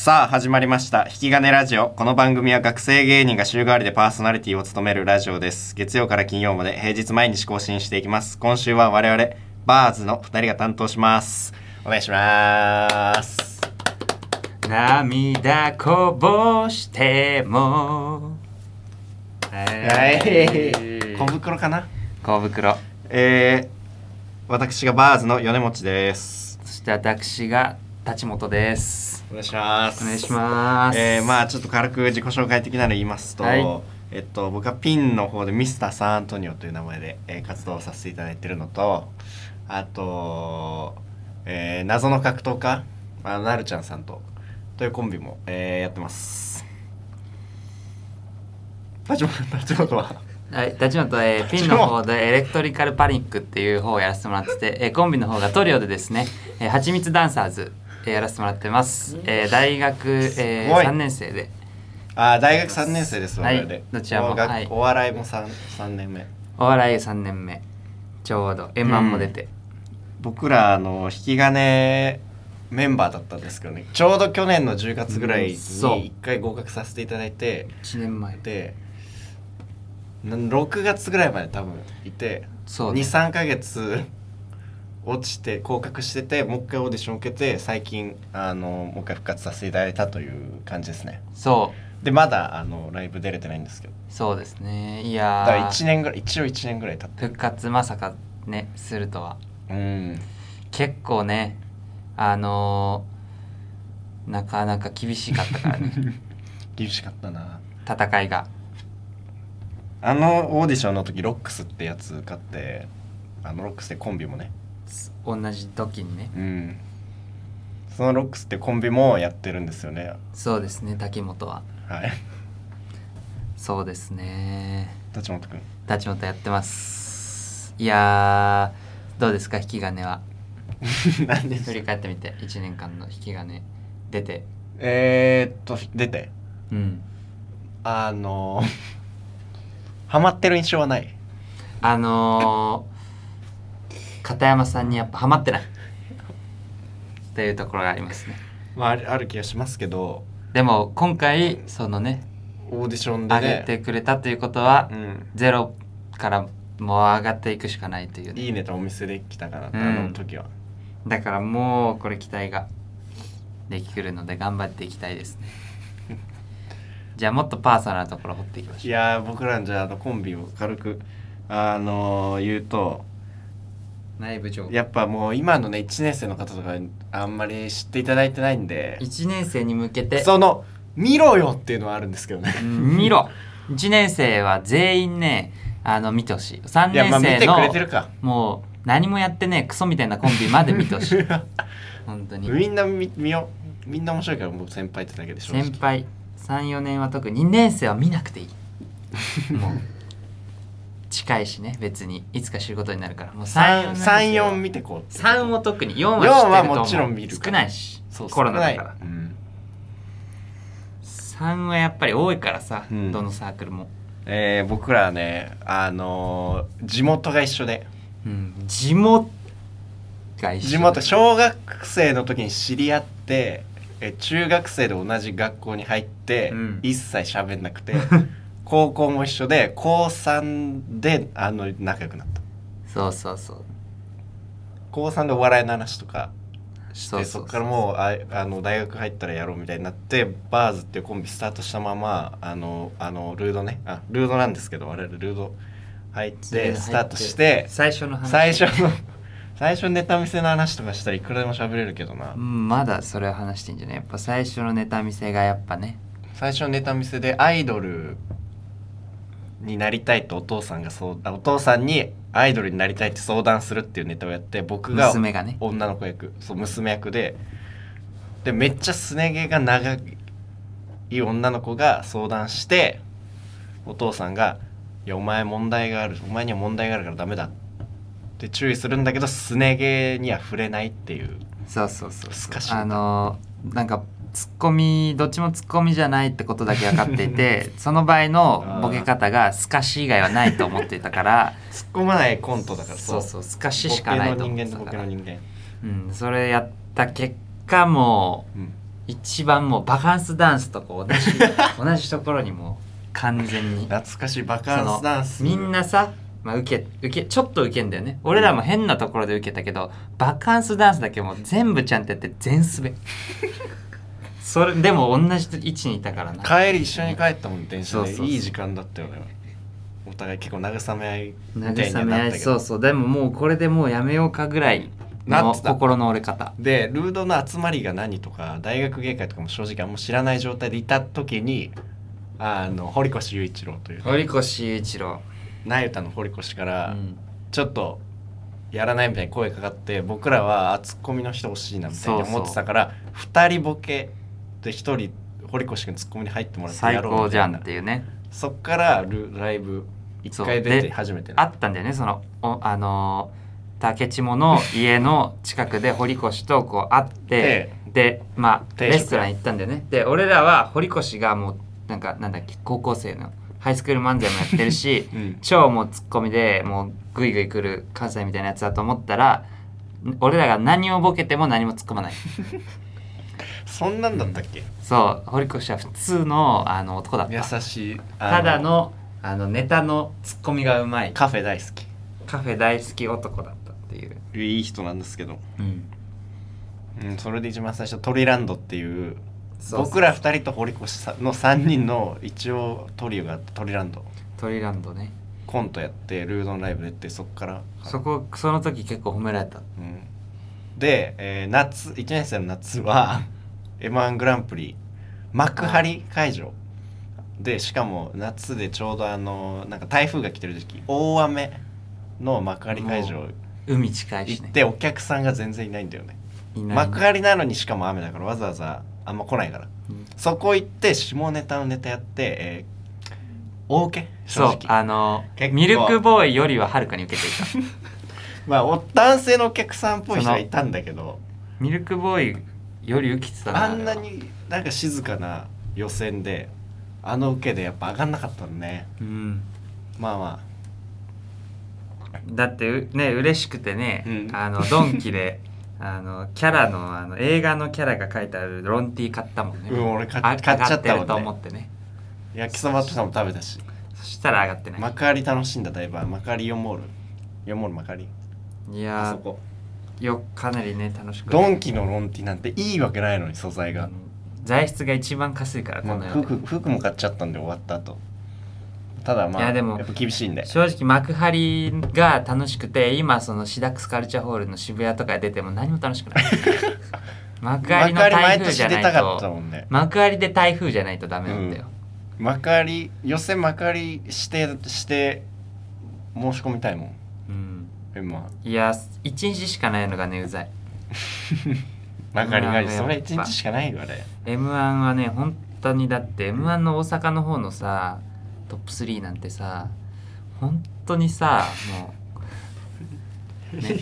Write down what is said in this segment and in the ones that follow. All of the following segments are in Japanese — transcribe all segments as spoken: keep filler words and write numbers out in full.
さあ始まりました引き金ラジオ。この番組は学生芸人が週替わりでパーソナリティを務めるラジオです。月曜から金曜まで平日毎日更新していきます。今週は我々バーズのふたりが担当します。お願いします。 涙こぼしてもはい小袋かな。 小袋。 えー、私がバーズの米持です。 そして私が立本です。 お願いします。 お願いします。 えー、まあちょっと軽く自己紹介的なの言いますと、はい、えっと僕はピンの方でミスターサンアントニオという名前で、えー、活動させていただいているのと、あと、えー、謎の格闘家あのなるちゃんさんとというコンビも、えー、やってます。立本立本ははい、立本、えー、ピンの方でエレクトリカルパニックっていう方をやらせてもらってて、えー、コンビの方がトリオでですね、えー、はちみつダンサーズ、えー、やらせてもらってます。えー、大学、えー、さんねん生で。 あ、大学さんねん生です。 はい、どちらも、はい、 お笑いも 3, さんねんめ。 お笑いさんねんめちょうど エムワン も出て、うん、 僕らあの引き金メンバーだったんですけどね、ちょうど去年のじゅうがつぐらいにいっかい合格させていただいて、 いちねんまえでろくがつぐらいまで多分いて、そう、ね、にさんかげつ落ちて降格してて、もう一回オーディション受けて最近あのもう一回復活させていただいたという感じですね。 そうでまだあのライブ出れてないんですけど。 そうですね。いやだからいちねんぐらい、一応いちねんぐらい経って復活まさかねするとは。 うん結構ね、あのー、なかなか厳しかったからね厳しかったな戦いが。 あのオーディションの時ロックスってやつ買って、あのロックスってコンビもね同じ時にね、 うん、そのロックスってコンビもやってるんですよね。 そうですね、滝本は。 はいそうですね。 立本くん立本やってます。いやーどうですか引き金は何で振り返ってみていちねんかんの引き金出て。 えー、っと出てうんあのハマってる印象はない。 あのー、片山さんにやっぱハマってないっていうところがありますね。 まあある、ある気がしますけど、 でも今回そのねオーディションで、ね、 上げてくれたということは、うん、ゼロからもう上がっていくしかないという、ね、 いいネタお見せできたかな、うん、あの時は。 だからもうこれ期待ができるので頑張っていきたいですねじゃあもっとパーソナルなところ掘っていきましょう。 いや僕らじゃあのコンビを軽くあのー、言うと、 内部情報やっぱもう今のねいちねん生の方とかあんまり知っていただいてないんで、 いちねん生に向けてその見ろよっていうのはあるんですけどね見ろいちねん生は全員ねあの見てほしい。さんねん生の、いや、まあ見てくれてるか、もう何もやってねクソみたいなコンビまで見てほしい本当にみんな 見, 見よみんな面白いから。もう先輩ってだけでしょ。 先輩さん、よねんは特ににねん生は見なくていいもう近いしね、別にいつか知ることになるから。もうさん、よん見てこう。さんを特に、よんは知ってると思う。よんはもちろん見るから。少ないし、そうコロナだから、うん、さんはやっぱり多いからさ、うん、どのサークルも。 えー、僕らはね、あのー、地元が一緒で、 うん、地元が一緒。 地元、小学生の時に知り合って、え中学生で同じ学校に入って、うん、一切喋んなくて高校も一緒でこうさんであの仲良くなった。 そうそうそう、 こうさんでお笑いの話とかして、そっからもう あ, あの大学入ったらやろうみたいになって、バーズっていうコンビスタートしたまま、あのあのルードね、あルードなんですけど、我々ルード入ってスタートして、 最初の話最初の最初ネタ見せの話とかしたらいくらでも喋れるけどな、 うん、まだそれは話してんじゃない。やっぱ最初のネタ見せがやっぱね、 最初のネタ見せでアイドルになりたいとお父さんがそうお父さんにアイドルになりたいって相談するっていうネタをやって、僕が娘がね女の子役、そう娘役で、でめっちゃすね毛が長い女の子が相談して、お父さんがいやお前問題がある、お前には問題があるからダメだって注意するんだけど、すね毛には触れないっていう。 そうそうそう、 すかしいあのなんかツッコミ、どっちもツッコミじゃないってことだけ分かっていてその場合のボケ方がスカシ以外はないと思っていたから突っ込まないコントだから。 そうそう、スカシしかないと思ってたから、 ボケの人間とボケの人間、 うん、それやった結果もう、うん、 一番もうバカンスダンスとこう同じ同じところにもう完全に懐かしいバカンスダンス。 みんなさ、まあ、受け受けちょっと受けんだよね。俺らも変なところで受けたけど、バカンスダンスだけもう全部ちゃんとやって全滑それでも同じ位置にいたからな。 帰り一緒に帰ったもん電車で。 そうそうそういい時間だったよね。お互い結構慰め合いみたいに慰め合い、 はなったけど。 そうそう。でももうこれでもうやめようかぐらいの心の折れ方で、ルードの集まりが何とか大学芸会とかも正直あんま知らない状態でいた時に、あの堀越雄一郎という堀越雄一郎那由他の堀越からうん、 ちょっとやらないみたいに声かかって、僕らはツッコミの人欲しいなみたいに思ってたから、ふたりボケでひとり堀越君ツッコミに入ってもらって最やろうみたいな。 高じゃんっていうね。 そっからルライブいっかい出て初めてあったんだよね。そのおあのー、竹千代の家の近くで堀越とこう会ってでまあレストラン行ったんだよね。で俺らは堀越がもうなんかなんだっけ高校生のハイスクール漫才もやってるし、うん、超もうツッコミでもうグイグイ来る関西みたいなやつだと思ったら、俺らが何をボケても何も突っ込まないそんなんだったっけ。 そう堀越は普通のあの男だった。 優しいただのあのネタのツッコミがうまいカフェ大好きカフェ大好き男だったっていういい人なんですけど、 うんうん、それで一番最初トリランドっていう僕らふたりと堀越のさんにんの一応トリオがあって、トリランドトリランドねコントやってルードのライブ出て、そっからそこその時結構褒められた、 うん、で、えー、夏いちねん生の夏はエムワングランプリ幕張会場で、しかも夏でちょうどあのなんか台風が来てる時期、大雨の幕張会場海近いしね行って、お客さんが全然いないんだよね。 いないね幕張なのにしかも雨だからわざわざあんま来ないから、うん、そこ行って下ネタのネタやって、えー、大受け正直。 そうあのミルクボーイよりははるかに受けていたまあ男性のお客さんっぽい人はいたんだけど、 ミルクボーイより受けてたな。 あんなになんか静かな予選であの受けでやっぱ上がんなかったのね。 うんまあまあだってね嬉しくてね、うん、あのドンキであのキャラのあの映画のキャラが書いてあるロンティー買ったもんね。 うん、俺買っちゃったもんね。上がってると思ってね。 焼きそばとかも食べたし。 そしたら上がってない。 幕張楽しんだ。だいぶ幕張よんモールよんモール幕張。 いやー、あそこよかなりね楽しく、 ドンキのロンティーなんていいわけないのに、素材が、うん、 材質が一番かすいから。この服服も買っちゃったんで終わった後。ただまあいやでもやっぱ厳しいんで、 正直幕張が楽しくて、今そのシダックスカルチャーホールの渋谷とか出ても何も楽しくない幕張の台風じゃないと、ね、幕張で台風じゃないとダメなんだよ、 うん、幕張予選幕張してして申し込みたいもん、うん、 エムワン いやいちにちしかないのがねうざい幕張がそれいちにちしかないよあれ。 エムワン はね本当にだって エムワン の大阪の方のさトップスリーなんてさ本当にさもうね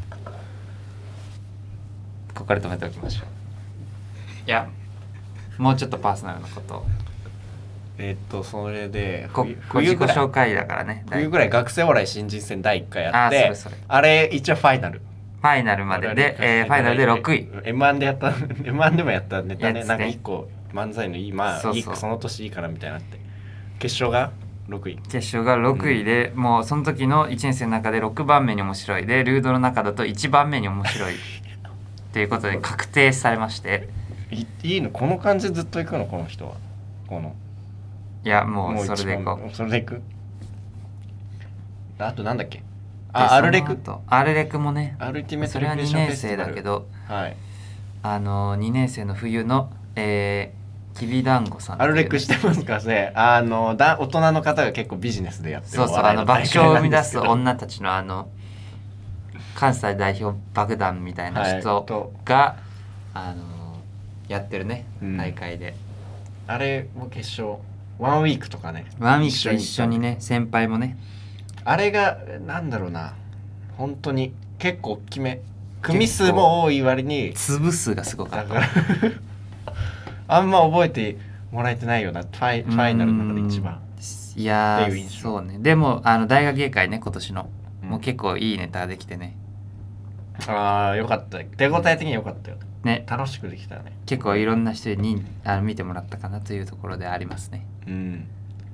ここから止めておきましょう。いやもうちょっとパーソナルなことえー、っとそれでこ冬ぐらい紹介だからね、 冬ぐらい学生お笑い新人戦だいいっかいやって、 あ, それそれあれ一応ファイナルファイナルまでで、えー、ファイナルでろくいエムワン でやった エムワン でもやったネタね、なんかいっこ漫才のいいまあそうそういいその年いいからみたいになって、決勝がろくい、 決勝がろくいで、うん、もうその時のいちねん生の中でろくばんめに面白いで、ルードの中だといちばんめに面白いっていうことで確定されましてい, いいのこの感じずっと行くのこの人は。このいやもうそれでいこう。 それでいく。あとなんだっけ、あアルレクアルレクもね、 アルティメットそれはにねん生だけど、 はい、 あのにねん生の冬の、えー、きびだんごさん、ね、 アルレクしてますかね。あのだ大人の方が結構ビジネスでやってる、 そうそう、あの爆笑を生み出す女たちのあの関西代表爆弾みたいな人が、はい、あのやってるね、うん、大会であれも決勝ワンウィークとかね、 ワンウィークと一緒にね、先輩もね、 あれがなんだろうな、本当に結構大きめ、組数も多い割に粒数がすごかった。だからあんま覚えてもらえてないよな、ファイ、ファイナルの中で一番。 いやーそうね。でもあの大学芸会ね今年の、うん、もう結構いいネタできてね。 ああよかった。手応え的によかったよ。 ね楽しくできたね。 結構いろんな人にあの見てもらったかなというところでありますね。 うん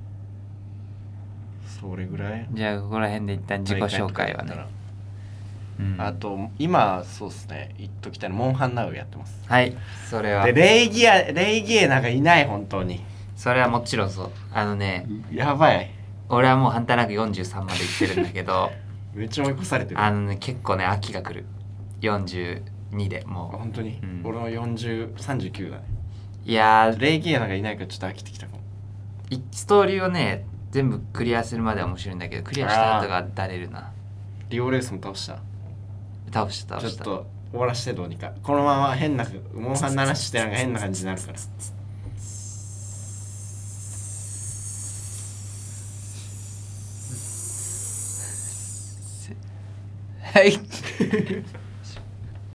それぐらい。 じゃあここら辺で一旦自己紹介はね、うん、 あと今そうですね言っときたいのモンハンナウやってます。 はいそれはでレイギアレイギエなんかいない本当に。 それはもちろんそう。あのねやばい。 俺はもうハンターランクよんじゅうさんまでいってるんだけどめっちゃ追い越されてる。 あのね結構ね秋が来るよんじゅうにでもう本当に、 うん、 俺のよんじゅう、さんじゅうきゅうだね。 いやーレイギアなんかいないからちょっと飽きてきたかも。 ストーリーをね全部クリアするまでは面白いんだけどクリアした後がだれるな。 リオレースも倒した。 倒した倒したちょっと終わらしてどうにか。このまま変なモンハン鳴らしてなんか変な感じになるからはい